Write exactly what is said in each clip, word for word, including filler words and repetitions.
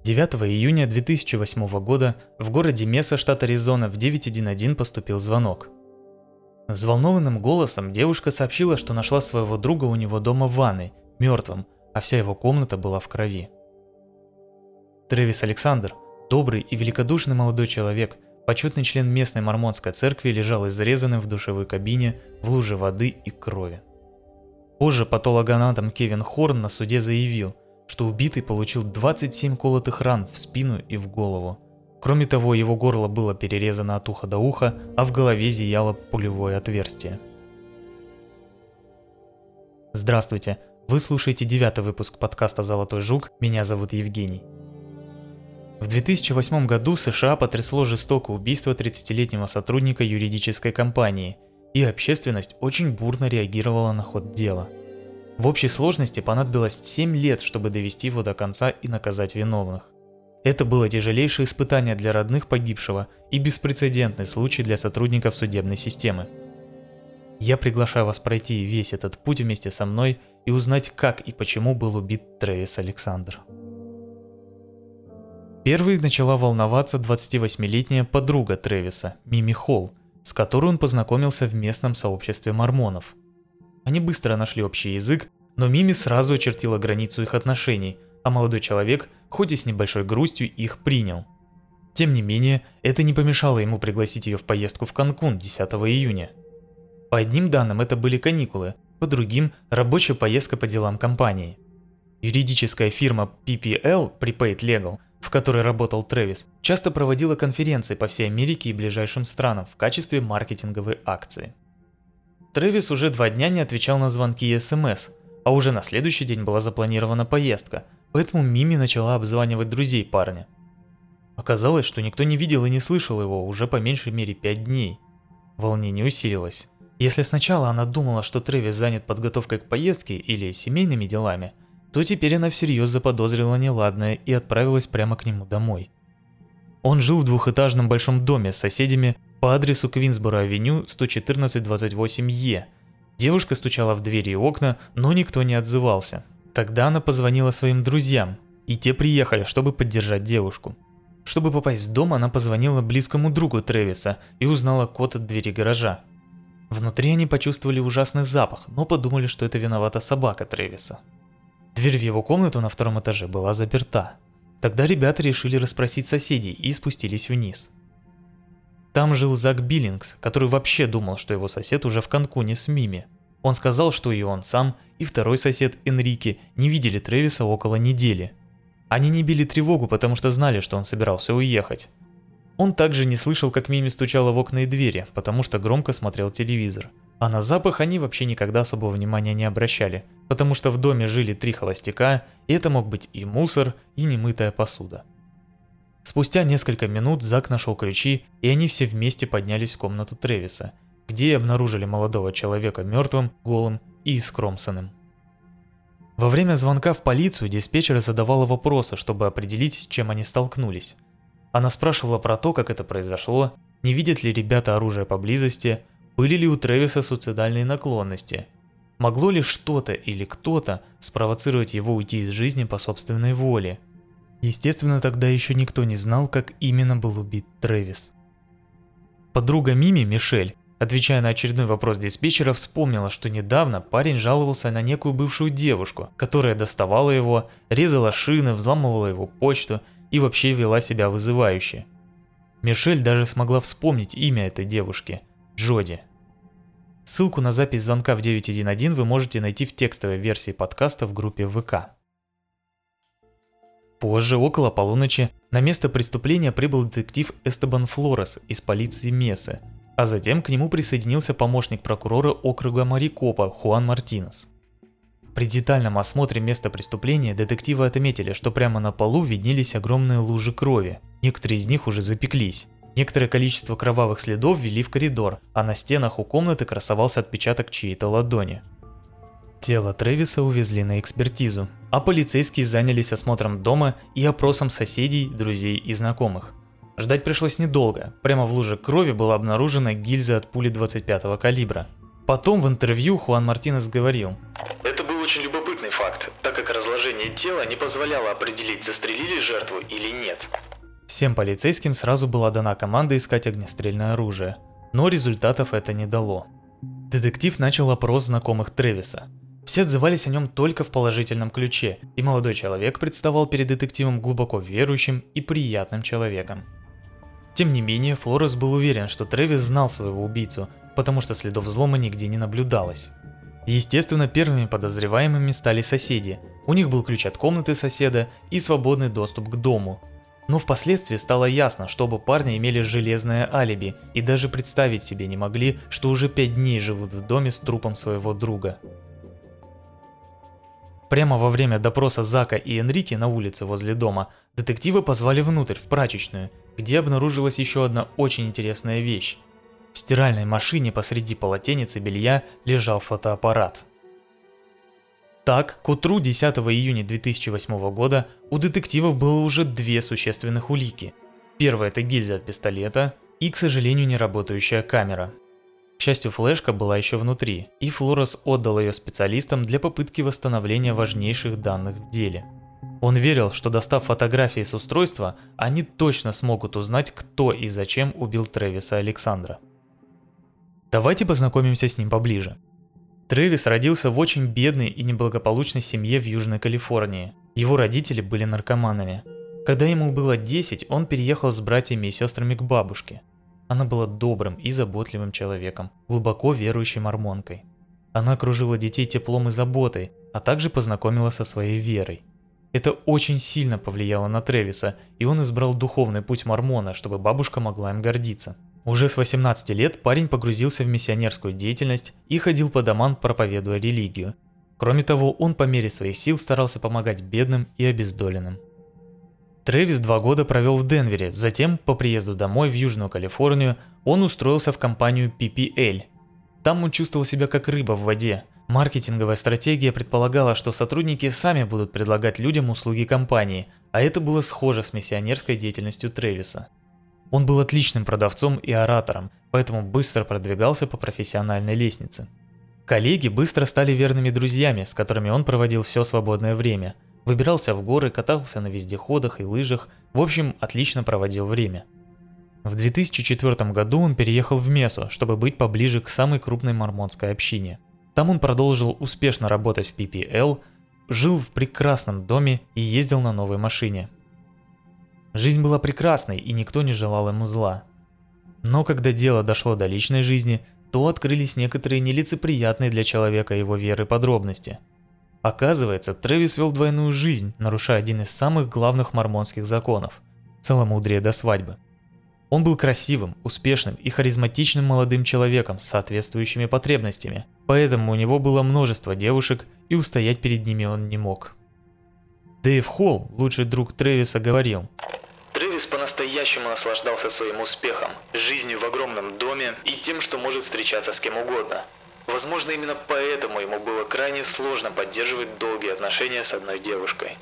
девятого июня две тысячи восьмого года в городе Меса, штат Аризона, в девять один один поступил звонок. Взволнованным голосом девушка сообщила, что нашла своего друга у него дома в ванной, мертвым, а вся его комната была в крови. Трэвис Александр, добрый и великодушный молодой человек, почетный член местной мормонской церкви, лежал изрезанным в душевой кабине в луже воды и крови. Позже патологоанатом Кевин Хорн на суде заявил, что убитый получил двадцать семь колотых ран в спину и в голову. Кроме того, его горло было перерезано от уха до уха, а в голове зияло пулевое отверстие. Здравствуйте, вы слушаете девятый выпуск подкаста «Золотой жук», меня зовут Евгений. В две тысячи восьмом году США потрясло жестокое убийство тридцатилетнего сотрудника юридической компании, и общественность очень бурно реагировала на ход дела. В общей сложности понадобилось семь лет, чтобы довести его до конца и наказать виновных. Это было тяжелейшее испытание для родных погибшего и беспрецедентный случай для сотрудников судебной системы. Я приглашаю вас пройти весь этот путь вместе со мной и узнать, как и почему был убит Трэвис Александр. Первой начала волноваться двадцативосьмилетняя подруга Трэвиса, Мими Холл, с которой он познакомился в местном сообществе мормонов. Они быстро нашли общий язык, но Мими сразу очертила границу их отношений, а молодой человек, хоть и с небольшой грустью, их принял. Тем не менее, это не помешало ему пригласить ее в поездку в Канкун десятого июня. По одним данным, это были каникулы, по другим – рабочая поездка по делам компании. Юридическая фирма пи пи эл Prepaid Legal, в которой работал Трэвис, часто проводила конференции по всей Америке и ближайшим странам в качестве маркетинговой акции. Трэвис уже два дня не отвечал на звонки и смс, а уже на следующий день была запланирована поездка, поэтому Мими начала обзванивать друзей парня. Оказалось, что никто не видел и не слышал его уже по меньшей мере пять дней. Волнение усилилось. Если сначала она думала, что Трэвис занят подготовкой к поездке или семейными делами, то теперь она всерьез заподозрила неладное и отправилась прямо к нему домой. Он жил в двухэтажном большом доме с соседями по адресу Квинсборо-авеню сто четырнадцать двадцать восемь Е. Девушка стучала в двери и окна, но никто не отзывался. Тогда она позвонила своим друзьям, и те приехали, чтобы поддержать девушку. Чтобы попасть в дом, она позвонила близкому другу Трэвиса и узнала код от двери гаража. Внутри они почувствовали ужасный запах, но подумали, что это виновата собака Трэвиса. Дверь в его комнату на втором этаже была заперта. Тогда ребята решили расспросить соседей и спустились вниз. Там жил Зак Биллингс, который вообще думал, что его сосед уже в Канкуне с Мими. Он сказал, что и он сам, и второй сосед Энрике не видели Трэвиса около недели. Они не били тревогу, потому что знали, что он собирался уехать. Он также не слышал, как Мими стучала в окна и двери, потому что громко смотрел телевизор. А на запах они вообще никогда особого внимания не обращали, потому что в доме жили три холостяка, и это мог быть и мусор, и немытая посуда. Спустя несколько минут Зак нашел ключи, и они все вместе поднялись в комнату Трэвиса, где и обнаружили молодого человека мертвым, голым и искромсанным. Во время звонка в полицию диспетчер задавала вопросы, чтобы определить, с чем они столкнулись. Она спрашивала про то, как это произошло, не видят ли ребята оружие поблизости, были ли у Трэвиса суицидальные наклонности, могло ли что-то или кто-то спровоцировать его уйти из жизни по собственной воле. Естественно, тогда еще никто не знал, как именно был убит Трэвис. Подруга Мими, Мишель, отвечая на очередной вопрос диспетчера, вспомнила, что недавно парень жаловался на некую бывшую девушку, которая доставала его, резала шины, взламывала его почту и вообще вела себя вызывающе. Мишель даже смогла вспомнить имя этой девушки – Джоди. Ссылку на запись звонка в девять один один вы можете найти в текстовой версии подкаста в группе вэ ка. Позже, около полуночи, на место преступления прибыл детектив Эстебан Флорес из полиции Месы, а затем к нему присоединился помощник прокурора округа Марикопа Хуан Мартинес. При детальном осмотре места преступления детективы отметили, что прямо на полу виднелись огромные лужи крови, некоторые из них уже запеклись. Некоторое количество кровавых следов вели в коридор, а на стенах у комнаты красовался отпечаток чьей-то ладони. Тело Трэвиса увезли на экспертизу, а полицейские занялись осмотром дома и опросом соседей, друзей и знакомых. Ждать пришлось недолго, прямо в луже крови была обнаружена гильза от пули двадцать пятого калибра. Потом в интервью Хуан Мартинес говорил: «Это был очень любопытный факт, так как разложение положение тела не позволяло определить, застрелили жертву или нет. Всем полицейским сразу была дана команда искать огнестрельное оружие, но результатов это не дало. Детектив начал опрос знакомых Трэвиса. Все отзывались о нем только в положительном ключе, и молодой человек представал перед детективом глубоко верующим и приятным человеком. Тем не менее, Флорес был уверен, что Трэвис знал своего убийцу, потому что следов взлома нигде не наблюдалось. Естественно, первыми подозреваемыми стали соседи. У них был ключ от комнаты соседа и свободный доступ к дому. Но впоследствии стало ясно, что оба парня имели железное алиби и даже представить себе не могли, что уже пять дней живут в доме с трупом своего друга. Прямо во время допроса Зака и Энрике на улице возле дома детективы позвали внутрь, в прачечную, где обнаружилась еще одна очень интересная вещь. В стиральной машине посреди полотенец и белья лежал фотоаппарат. Так, к утру десятого июня две тысячи восьмого года у детективов было уже две существенных улики. Первая – это гильза от пистолета и, к сожалению, не работающая камера. К счастью, флешка была еще внутри, и Флорес отдал ее специалистам для попытки восстановления важнейших данных в деле. Он верил, что достав фотографии с устройства, они точно смогут узнать, кто и зачем убил Трэвиса Александра. Давайте познакомимся с ним поближе. Трэвис родился в очень бедной и неблагополучной семье в Южной Калифорнии. Его родители были наркоманами. Когда ему было десять, он переехал с братьями и сестрами к бабушке. Она была добрым и заботливым человеком, глубоко верующей мормонкой. Она окружила детей теплом и заботой, а также познакомила со своей верой. Это очень сильно повлияло на Трэвиса, и он избрал духовный путь мормона, чтобы бабушка могла им гордиться. Уже с восемнадцати лет парень погрузился в миссионерскую деятельность и ходил по домам, проповедуя религию. Кроме того, он по мере своих сил старался помогать бедным и обездоленным. Трэвис два года провел в Денвере, затем, по приезду домой в Южную Калифорнию, он устроился в компанию пи пи эл. Там он чувствовал себя как рыба в воде. Маркетинговая стратегия предполагала, что сотрудники сами будут предлагать людям услуги компании, а это было схоже с миссионерской деятельностью Трэвиса. Он был отличным продавцом и оратором, поэтому быстро продвигался по профессиональной лестнице. Коллеги быстро стали верными друзьями, с которыми он проводил все свободное время. Выбирался в горы, катался на вездеходах и лыжах, в общем, отлично проводил время. В две тысячи четвёртом году он переехал в Месу, чтобы быть поближе к самой крупной мормонской общине. Там он продолжил успешно работать в пи пи эл, жил в прекрасном доме и ездил на новой машине. Жизнь была прекрасной, и никто не желал ему зла. Но когда дело дошло до личной жизни, то открылись некоторые нелицеприятные для человека его веры подробности. Оказывается, Трэвис вел двойную жизнь, нарушая один из самых главных мормонских законов – целомудрие до свадьбы. Он был красивым, успешным и харизматичным молодым человеком с соответствующими потребностями, поэтому у него было множество девушек, и устоять перед ними он не мог. Дэйв Холл, лучший друг Трэвиса, говорил: Трэвис по-настоящему наслаждался своим успехом, жизнью в огромном доме и тем, что может встречаться с кем угодно. Возможно, именно поэтому ему было крайне сложно поддерживать долгие отношения с одной девушкой.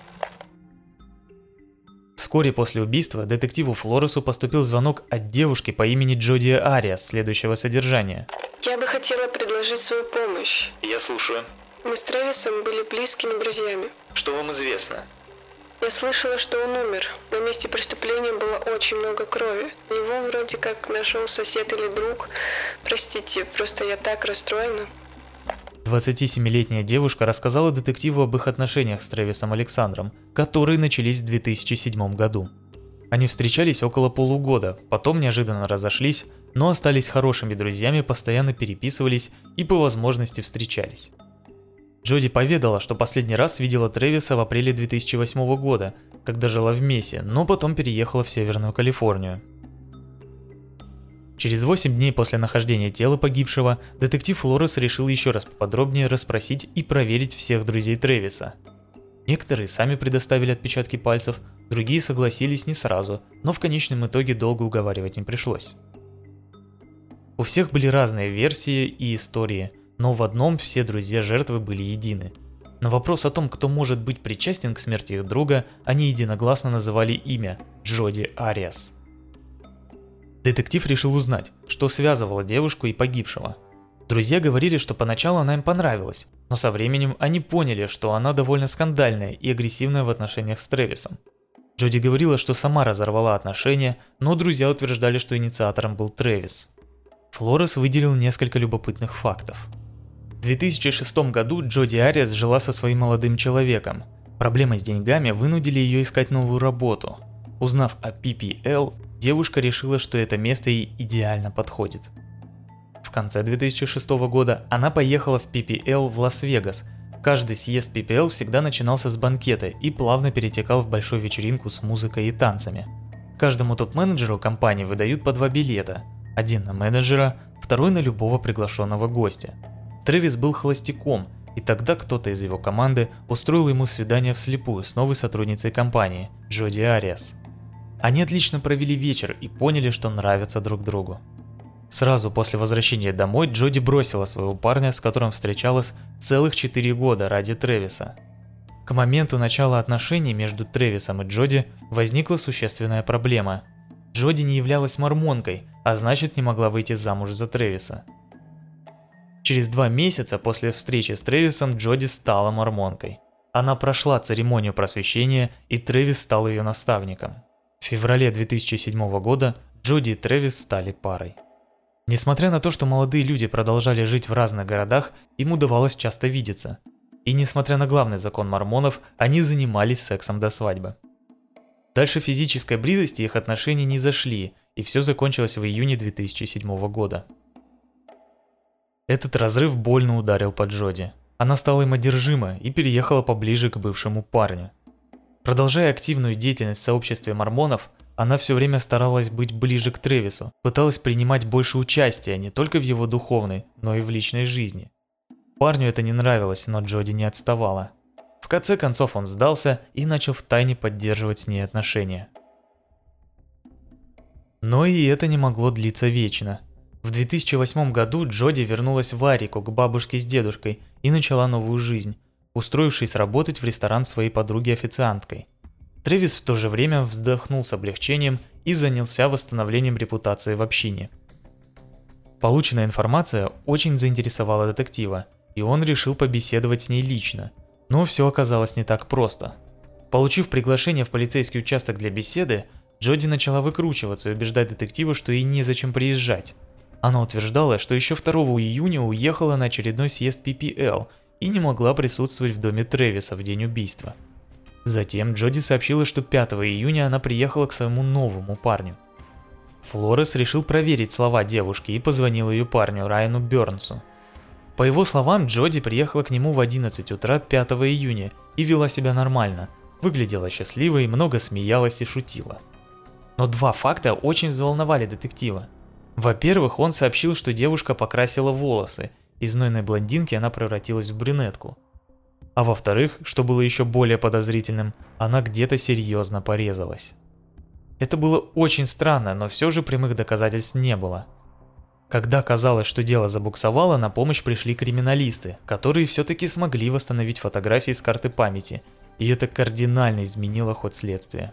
Вскоре после убийства детективу Флоресу поступил звонок от девушки по имени Джоди Ариас следующего содержания. Я бы хотела предложить свою помощь. Я слушаю. Мы с Трэвисом были близкими друзьями. Что вам известно? Я слышала, что он умер. На месте преступления было очень много крови. Его вроде как нашел сосед или друг. Простите, просто я так расстроена. двадцатисемилетняя девушка рассказала детективу об их отношениях с Трэвисом Александром, которые начались в две тысячи седьмом году. Они встречались около полугода, потом неожиданно разошлись, но остались хорошими друзьями, постоянно переписывались и по возможности встречались. Джоди поведала, что последний раз видела Трэвиса в апреле две тысячи восьмого года, когда жила в Месе, но потом переехала в Северную Калифорнию. Через восемь дней после нахождения тела погибшего, детектив Флорес решил еще раз поподробнее расспросить и проверить всех друзей Трэвиса. Некоторые сами предоставили отпечатки пальцев, другие согласились не сразу, но в конечном итоге долго уговаривать не пришлось. У всех были разные версии и истории, но в одном все друзья жертвы были едины. На вопрос о том, кто может быть причастен к смерти их друга, они единогласно называли имя – Джоди Ариас. Детектив решил узнать, что связывало девушку и погибшего. Друзья говорили, что поначалу она им понравилась, но со временем они поняли, что она довольно скандальная и агрессивная в отношениях с Трэвисом. Джоди говорила, что сама разорвала отношения, но друзья утверждали, что инициатором был Трэвис. Флорес выделил несколько любопытных фактов. В две тысячи шестом году Джоди Ариас жила со своим молодым человеком. Проблемы с деньгами вынудили ее искать новую работу. Узнав о пи пи эл, девушка решила, что это место ей идеально подходит. В конце две тысячи шестого года она поехала в пи пи эл в Лас-Вегас. Каждый съезд пи пи эл всегда начинался с банкета и плавно перетекал в большую вечеринку с музыкой и танцами. Каждому топ-менеджеру компании выдают по два билета. Один на менеджера, второй на любого приглашенного гостя. Трэвис был холостяком, и тогда кто-то из его команды устроил ему свидание вслепую с новой сотрудницей компании, Джоди Ариас. Они отлично провели вечер и поняли, что нравятся друг другу. Сразу после возвращения домой Джоди бросила своего парня, с которым встречалась целых четыре года ради Трэвиса. К моменту начала отношений между Трэвисом и Джоди возникла существенная проблема. Джоди не являлась мормонкой, а значит не могла выйти замуж за Трэвиса. Через два месяца после встречи с Трэвисом Джоди стала мормонкой. Она прошла церемонию просвещения, и Трэвис стал ее наставником. В феврале две тысячи седьмого года Джоди и Трэвис стали парой. Несмотря на то, что молодые люди продолжали жить в разных городах, им удавалось часто видеться. И несмотря на главный закон мормонов, они занимались сексом до свадьбы. Дальше физической близости их отношения не зашли, и все закончилось в июне две тысячи седьмого года. Этот разрыв больно ударил по Джоди. Она стала им одержима и переехала поближе к бывшему парню. Продолжая активную деятельность в сообществе мормонов, она все время старалась быть ближе к Трэвису, пыталась принимать больше участия не только в его духовной, но и в личной жизни. Парню это не нравилось, но Джоди не отставала. В конце концов он сдался и начал втайне поддерживать с ней отношения. Но и это не могло длиться вечно. В две тысячи восьмом году Джоди вернулась в Арику к бабушке с дедушкой и начала новую жизнь, устроившись работать в ресторан своей подруги официанткой. Трэвис в то же время вздохнул с облегчением и занялся восстановлением репутации в общине. Полученная информация очень заинтересовала детектива, и он решил побеседовать с ней лично. Но все оказалось не так просто. Получив приглашение в полицейский участок для беседы, Джоди начала выкручиваться и убеждать детектива, что ей незачем приезжать. Она утверждала, что еще второго июня уехала на очередной съезд пи пи эл и не могла присутствовать в доме Трэвиса в день убийства. Затем Джоди сообщила, что пятого июня она приехала к своему новому парню. Флорес решил проверить слова девушки и позвонил ее парню Райану Бернсу. По его словам, Джоди приехала к нему в одиннадцать утра пятого июня и вела себя нормально, выглядела счастливой, много смеялась и шутила. Но два факта очень взволновали детектива. Во-первых, он сообщил, что девушка покрасила волосы, из знойной блондинки она превратилась в брюнетку. А во-вторых, что было еще более подозрительным, она где-то серьезно порезалась. Это было очень странно, но все же прямых доказательств не было. Когда казалось, что дело забуксовало, на помощь пришли криминалисты, которые все-таки смогли восстановить фотографии с карты памяти, и это кардинально изменило ход следствия.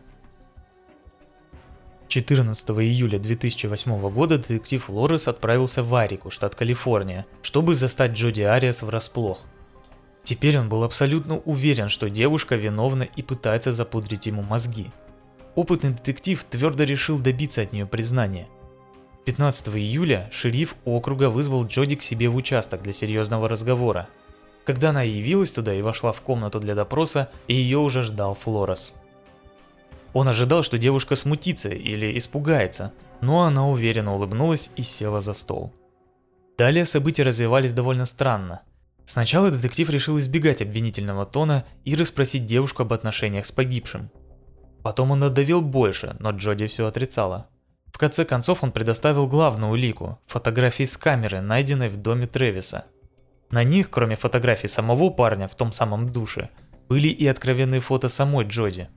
четырнадцатого июля две тысячи восьмого года детектив Флорес отправился в Арику, штат Калифорния, чтобы застать Джоди Ариас врасплох. Теперь он был абсолютно уверен, что девушка виновна и пытается запудрить ему мозги. Опытный детектив твердо решил добиться от нее признания. пятнадцатого июля шериф округа вызвал Джоди к себе в участок для серьезного разговора. Когда она явилась туда и вошла в комнату для допроса, ее уже ждал Флорес. Он ожидал, что девушка смутится или испугается, но она уверенно улыбнулась и села за стол. Далее события развивались довольно странно. Сначала детектив решил избегать обвинительного тона и расспросить девушку об отношениях с погибшим. Потом он надавил больше, но Джоди все отрицала. В конце концов он предоставил главную улику – фотографии с камеры, найденной в доме Трэвиса. На них, кроме фотографий самого парня в том самом душе, были и откровенные фото самой Джоди.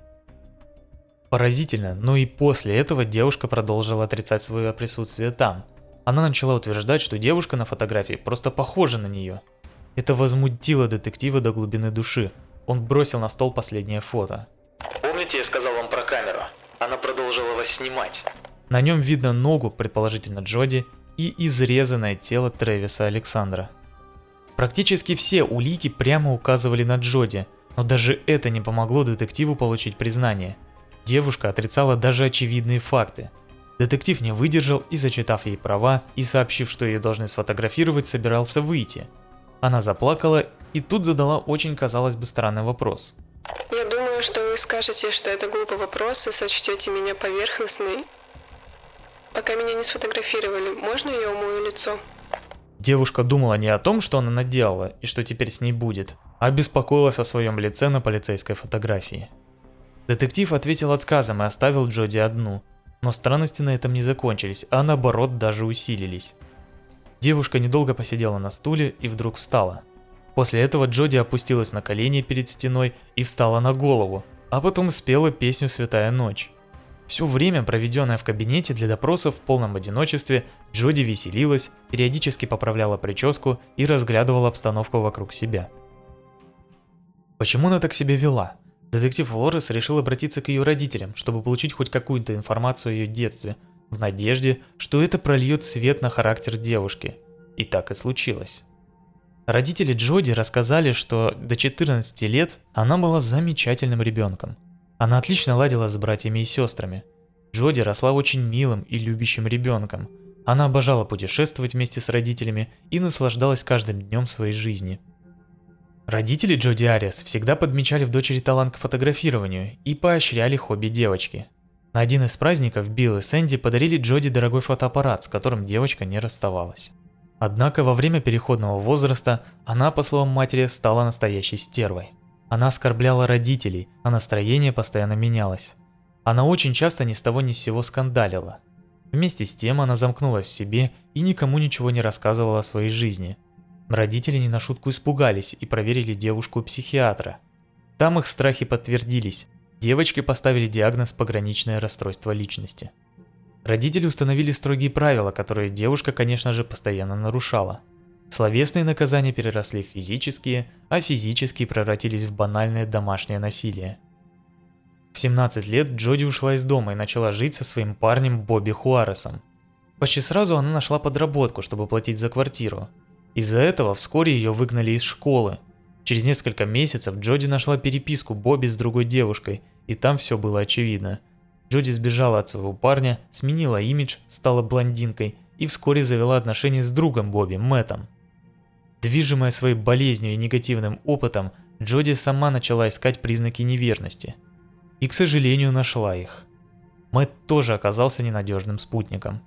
Поразительно, но и после этого девушка продолжила отрицать свое присутствие там. Она начала утверждать, что девушка на фотографии просто похожа на нее. Это возмутило детектива до глубины души. Он бросил на стол последнее фото. Помните, я сказал вам про камеру? Она продолжила вас снимать. На нем видно ногу, предположительно Джоди, и изрезанное тело Трэвиса Александра. Практически все улики прямо указывали на Джоди, но даже это не помогло детективу получить признание. Девушка отрицала даже очевидные факты. Детектив не выдержал и, зачитав ей права и сообщив, что ее должны сфотографировать, собирался выйти. Она заплакала и тут задала очень, казалось бы, странный вопрос. Я думаю, что вы скажете, что это глупый вопрос и сочтете меня поверхностной. Пока меня не сфотографировали, можно я умою лицо? Девушка думала не о том, что она наделала и что теперь с ней будет, а беспокоилась о своем лице на полицейской фотографии. Детектив ответил отказом и оставил Джоди одну, но странности на этом не закончились, а наоборот даже усилились. Девушка недолго посидела на стуле и вдруг встала. После этого Джоди опустилась на колени перед стеной и встала на голову, а потом спела песню «Святая ночь». Все время, проведенное в кабинете для допросов в полном одиночестве, Джоди веселилась, периодически поправляла прическу и разглядывала обстановку вокруг себя. Почему она так себя вела? Детектив Флорес решил обратиться к ее родителям, чтобы получить хоть какую-то информацию о ее детстве, в надежде, что это прольет свет на характер девушки. И так и случилось. Родители Джоди рассказали, что до четырнадцати лет она была замечательным ребенком. Она отлично ладила с братьями и сестрами. Джоди росла очень милым и любящим ребенком. Она обожала путешествовать вместе с родителями и наслаждалась каждым днем своей жизни. Родители Джоди Ариас всегда подмечали в дочери талант к фотографированию и поощряли хобби девочки. На один из праздников Билл и Сэнди подарили Джоди дорогой фотоаппарат, с которым девочка не расставалась. Однако во время переходного возраста она, по словам матери, стала настоящей стервой. Она оскорбляла родителей, а настроение постоянно менялось. Она очень часто ни с того ни с сего скандалила. Вместе с тем она замкнулась в себе и никому ничего не рассказывала о своей жизни. Родители не на шутку испугались и проверили девушку у психиатра. Там их страхи подтвердились. Девочке поставили диагноз «пограничное расстройство личности». Родители установили строгие правила, которые девушка, конечно же, постоянно нарушала. Словесные наказания переросли в физические, а физические превратились в банальное домашнее насилие. В семнадцать лет Джоди ушла из дома и начала жить со своим парнем Бобби Хуаресом. Почти сразу она нашла подработку, чтобы платить за квартиру. Из-за этого вскоре ее выгнали из школы. Через несколько месяцев Джоди нашла переписку Бобби с другой девушкой, и там все было очевидно. Джоди сбежала от своего парня, сменила имидж, стала блондинкой и вскоре завела отношения с другом Бобби, Мэттом. Движимая своей болезнью и негативным опытом, Джоди сама начала искать признаки неверности. И, к сожалению, нашла их. Мэтт тоже оказался ненадежным спутником.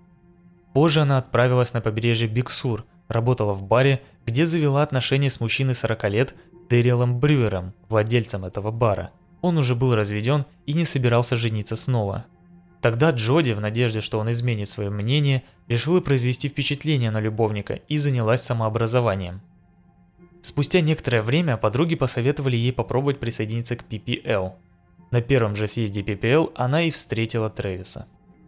Позже она отправилась на побережье Биг-Сур, работала в баре, где завела отношения с мужчиной сорока лет Дэрилом Брюером, владельцем этого бара. Он уже был разведен и не собирался жениться снова. Тогда Джоди, в надежде, что он изменит свое мнение, решила произвести впечатление на любовника и занялась самообразованием. Спустя некоторое время подруги посоветовали ей попробовать присоединиться к пи пи эл. На первом же съезде пи пи эл она и встретила Трэвиса.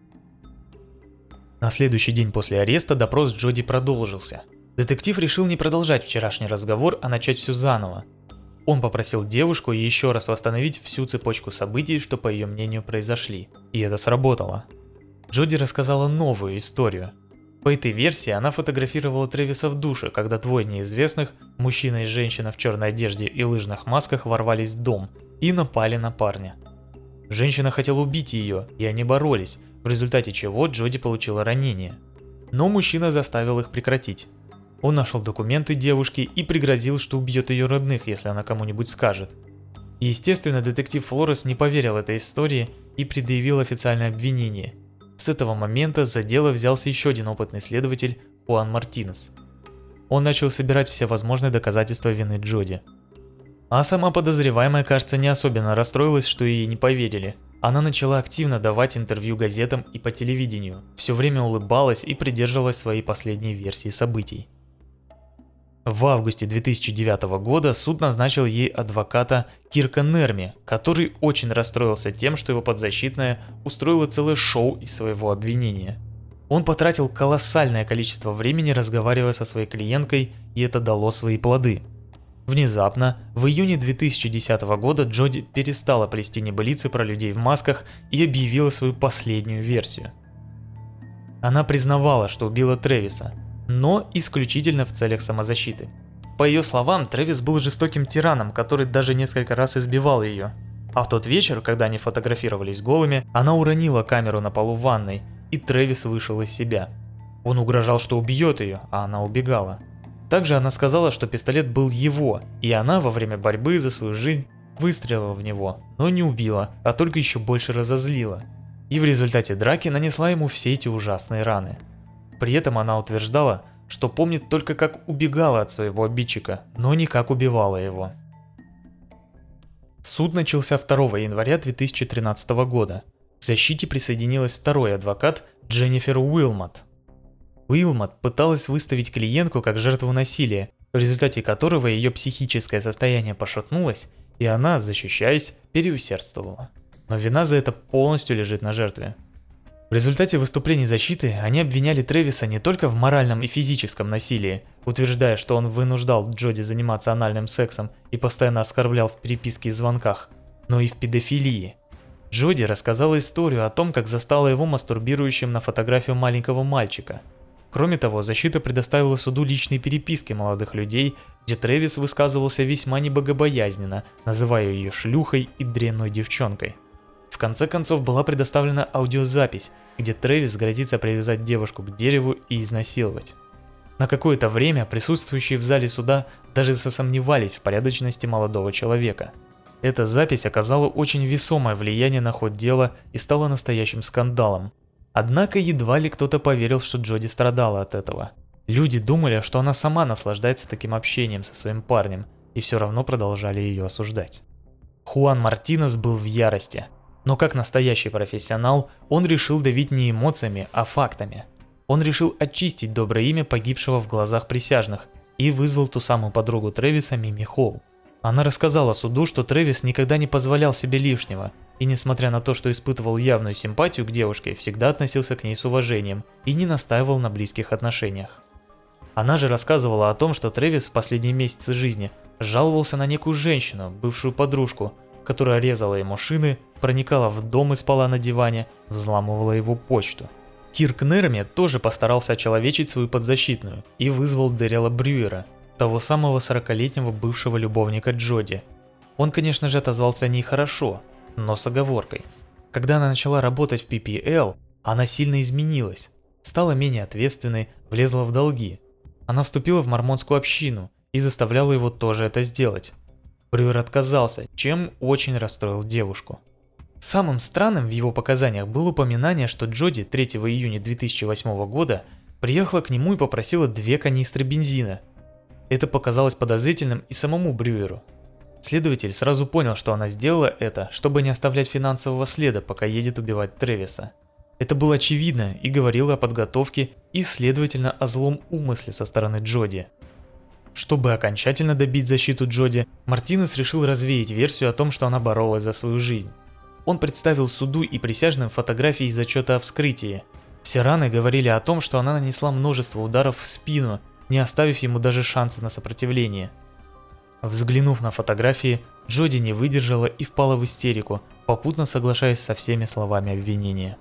На следующий день после ареста допрос Джоди продолжился. Детектив решил не продолжать вчерашний разговор, а начать все заново. Он попросил девушку еще раз восстановить всю цепочку событий, что, по ее мнению, произошли. И это сработало. Джоди рассказала новую историю. По этой версии она фотографировала Трэвиса в душе, когда двое неизвестных, мужчина и женщина в черной одежде и лыжных масках, ворвались в дом и напали на парня. Женщина хотела убить ее, и они боролись, в результате чего Джоди получила ранение. Но мужчина заставил их прекратить. Он нашел документы девушки и пригрозил, что убьет ее родных, если она кому-нибудь скажет. Естественно, детектив Флорес не поверил этой истории и предъявил официальное обвинение. С этого момента за дело взялся еще один опытный следователь, Хуан Мартинес. Он начал собирать все возможные доказательства вины Джоди. А сама подозреваемая, кажется, не особенно расстроилась, что ей не поверили. Она начала активно давать интервью газетам и по телевидению, все время улыбалась и придерживалась своей последней версии событий. В августе две тысячи девятого года суд назначил ей адвоката Кирка Нерми, который очень расстроился тем, что его подзащитная устроила целое шоу из своего обвинения. Он потратил колоссальное количество времени, разговаривая со своей клиенткой, и это дало свои плоды. Внезапно, в июне две тысячи десятого года Джоди перестала плести небылицы про людей в масках и объявила свою последнюю версию. Она признавала, что убила Трэвиса, но исключительно в целях самозащиты. По ее словам, Трэвис был жестоким тираном, который даже несколько раз избивал ее. А в тот вечер, когда они фотографировались голыми, она уронила камеру на полу ванной, и Трэвис вышел из себя. Он угрожал, что убьет ее, а она убегала. Также она сказала, что пистолет был его, и она во время борьбы за свою жизнь выстрелила в него, но не убила, а только еще больше разозлила. И в результате драки нанесла ему все эти ужасные раны. При этом она утверждала, что помнит только как убегала от своего обидчика, но не как убивала его. Суд начался второго января две тысячи тринадцатого года. К защите присоединилась второй адвокат Дженнифер Уилмот. Уилмот пыталась выставить клиентку как жертву насилия, в результате которого ее психическое состояние пошатнулось, и она, защищаясь, переусердствовала. Но вина за это полностью лежит на жертве. В результате выступлений защиты они обвиняли Трэвиса не только в моральном и физическом насилии, утверждая, что он вынуждал Джоди заниматься анальным сексом и постоянно оскорблял в переписке и звонках, но и в педофилии. Джоди рассказала историю о том, как застала его мастурбирующим на фотографию маленького мальчика. Кроме того, защита предоставила суду личные переписки молодых людей, где Трэвис высказывался весьма небогобоязненно, называя ее шлюхой и дрянной девчонкой. В конце концов была предоставлена аудиозапись, где Трэвис грозится привязать девушку к дереву и изнасиловать. На какое-то время присутствующие в зале суда даже засомневались в порядочности молодого человека. Эта запись оказала очень весомое влияние на ход дела и стала настоящим скандалом. Однако едва ли кто-то поверил, что Джоди страдала от этого. Люди думали, что она сама наслаждается таким общением со своим парнем, и все равно продолжали ее осуждать. Хуан Мартинес был в ярости. Но как настоящий профессионал, он решил давить не эмоциями, а фактами. Он решил очистить доброе имя погибшего в глазах присяжных и вызвал ту самую подругу Трэвиса Мими Холл. Она рассказала суду, что Трэвис никогда не позволял себе лишнего, и несмотря на то, что испытывал явную симпатию к девушке, всегда относился к ней с уважением и не настаивал на близких отношениях. Она же рассказывала о том, что Трэвис в последние месяцы жизни жаловался на некую женщину, бывшую подружку, которая резала ему шины, проникала в дом и спала на диване, взламывала его почту. Кирк Нерми тоже постарался очеловечить свою подзащитную и вызвал Дэрила Брюера, того самого сорокалетнего бывшего любовника Джоди. Он, конечно же, отозвался о ней хорошо, но с оговоркой. Когда она начала работать в пи пи эл, она сильно изменилась, стала менее ответственной, влезла в долги. Она вступила в мормонскую общину и заставляла его тоже это сделать. Брюер отказался, чем очень расстроил девушку. Самым странным в его показаниях было упоминание, что Джоди третьего июня две тысячи восьмого года приехала к нему и попросила две канистры бензина. Это показалось подозрительным и самому Брюеру. Следователь сразу понял, что она сделала это, чтобы не оставлять финансового следа, пока едет убивать Трэвиса. Это было очевидно и говорило о подготовке и, следовательно, о злом умысле со стороны Джоди. Чтобы окончательно добить защиту Джоди, Мартинес решил развеять версию о том, что она боролась за свою жизнь. Он представил суду и присяжным фотографии из отчета о вскрытии. Все раны говорили о том, что она нанесла множество ударов в спину, не оставив ему даже шанса на сопротивление. Взглянув на фотографии, Джоди не выдержала и впала в истерику, попутно соглашаясь со всеми словами обвинения.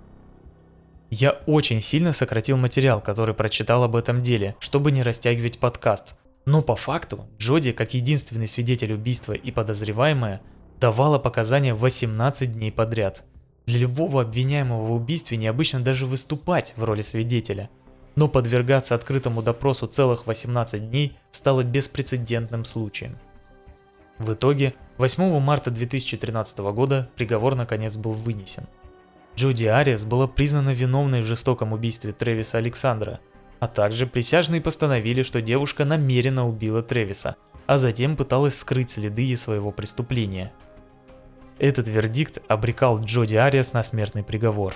Я очень сильно сократил материал, который прочитал об этом деле, чтобы не растягивать подкаст. Но по факту Джоди, как единственный свидетель убийства и подозреваемая, давала показания восемнадцать дней подряд. Для любого обвиняемого в убийстве необычно даже выступать в роли свидетеля. Но подвергаться открытому допросу целых восемнадцать дней стало беспрецедентным случаем. В итоге, восьмого марта две тысячи тринадцатого года приговор наконец был вынесен. Джоди Ариас была признана виновной в жестоком убийстве Трэвиса Александра, а также присяжные постановили, что девушка намеренно убила Трэвиса, а затем пыталась скрыть следы своего преступления. Этот вердикт обрекал Джоди Ариас на смертный приговор.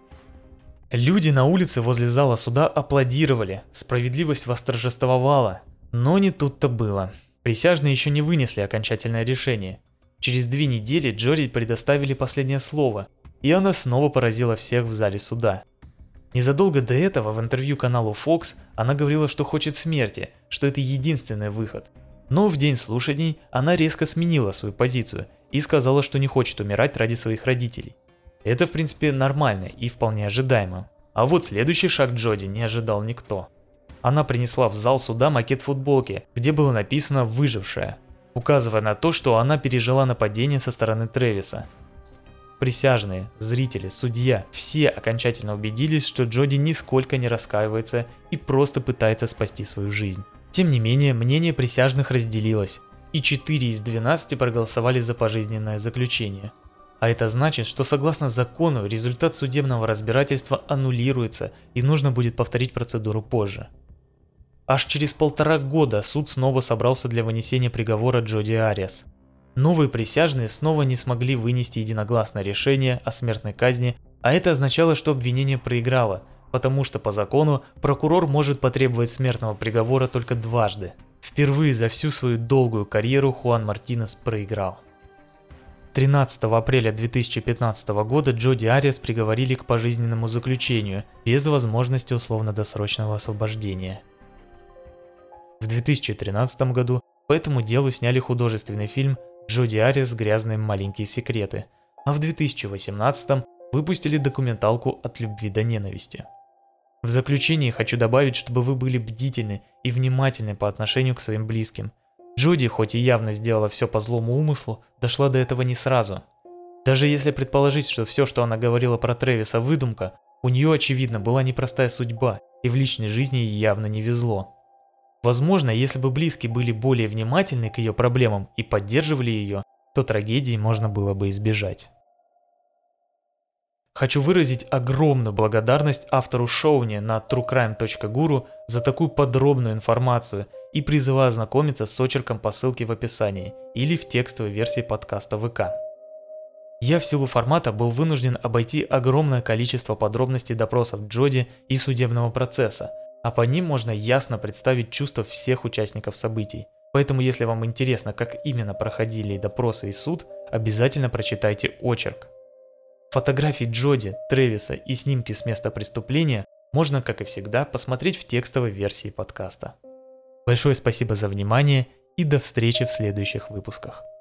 Люди на улице возле зала суда аплодировали, справедливость восторжествовала, но не тут-то было. Присяжные еще не вынесли окончательное решение. Через две недели Джоди предоставили последнее слово, и она снова поразила всех в зале суда. Незадолго до этого в интервью каналу Fox она говорила, что хочет смерти, что это единственный выход. Но в день слушаний она резко сменила свою позицию и сказала, что не хочет умирать ради своих родителей. Это в принципе нормально и вполне ожидаемо. А вот следующий шаг Джоди не ожидал никто. Она принесла в зал суда макет футболки, где было написано «Выжившая», указывая на то, что она пережила нападение со стороны Трэвиса. Присяжные, зрители, судья – все окончательно убедились, что Джоди нисколько не раскаивается и просто пытается спасти свою жизнь. Тем не менее, мнение присяжных разделилось, и четыре из двенадцати проголосовали за пожизненное заключение. А это значит, что согласно закону результат судебного разбирательства аннулируется и нужно будет повторить процедуру позже. Аж через полтора года суд снова собрался для вынесения приговора Джоди Ариас. Новые присяжные снова не смогли вынести единогласное решение о смертной казни, а это означало, что обвинение проиграло, потому что по закону прокурор может потребовать смертного приговора только дважды. Впервые за всю свою долгую карьеру Хуан Мартинес проиграл. тринадцатого апреля две тысячи пятнадцатого года Джоди Ариас приговорили к пожизненному заключению без возможности условно-досрочного освобождения. В две тысячи тринадцатом году по этому делу сняли художественный фильм «Джоди Ариас. Грязные маленькие секреты», а в две тысячи восемнадцатом выпустили документалку «От любви до ненависти». В заключение хочу добавить, чтобы вы были бдительны и внимательны по отношению к своим близким. Джоди, хоть и явно сделала все по злому умыслу, дошла до этого не сразу. Даже если предположить, что все, что она говорила про Трэвиса, выдумка, у нее, очевидно, была непростая судьба, и в личной жизни ей явно не везло. Возможно, если бы близкие были более внимательны к ее проблемам и поддерживали ее, то трагедии можно было бы избежать. Хочу выразить огромную благодарность автору Шоуни на тру крайм точка гуру за такую подробную информацию и призываю ознакомиться с очерком по ссылке в описании или в текстовой версии подкаста ВК. Я в силу формата был вынужден обойти огромное количество подробностей допросов Джоди и судебного процесса, а по ним можно ясно представить чувства всех участников событий. Поэтому, если вам интересно, как именно проходили допросы и суд, обязательно прочитайте очерк. Фотографии Джоди, Трэвиса и снимки с места преступления можно, как и всегда, посмотреть в текстовой версии подкаста. Большое спасибо за внимание и до встречи в следующих выпусках.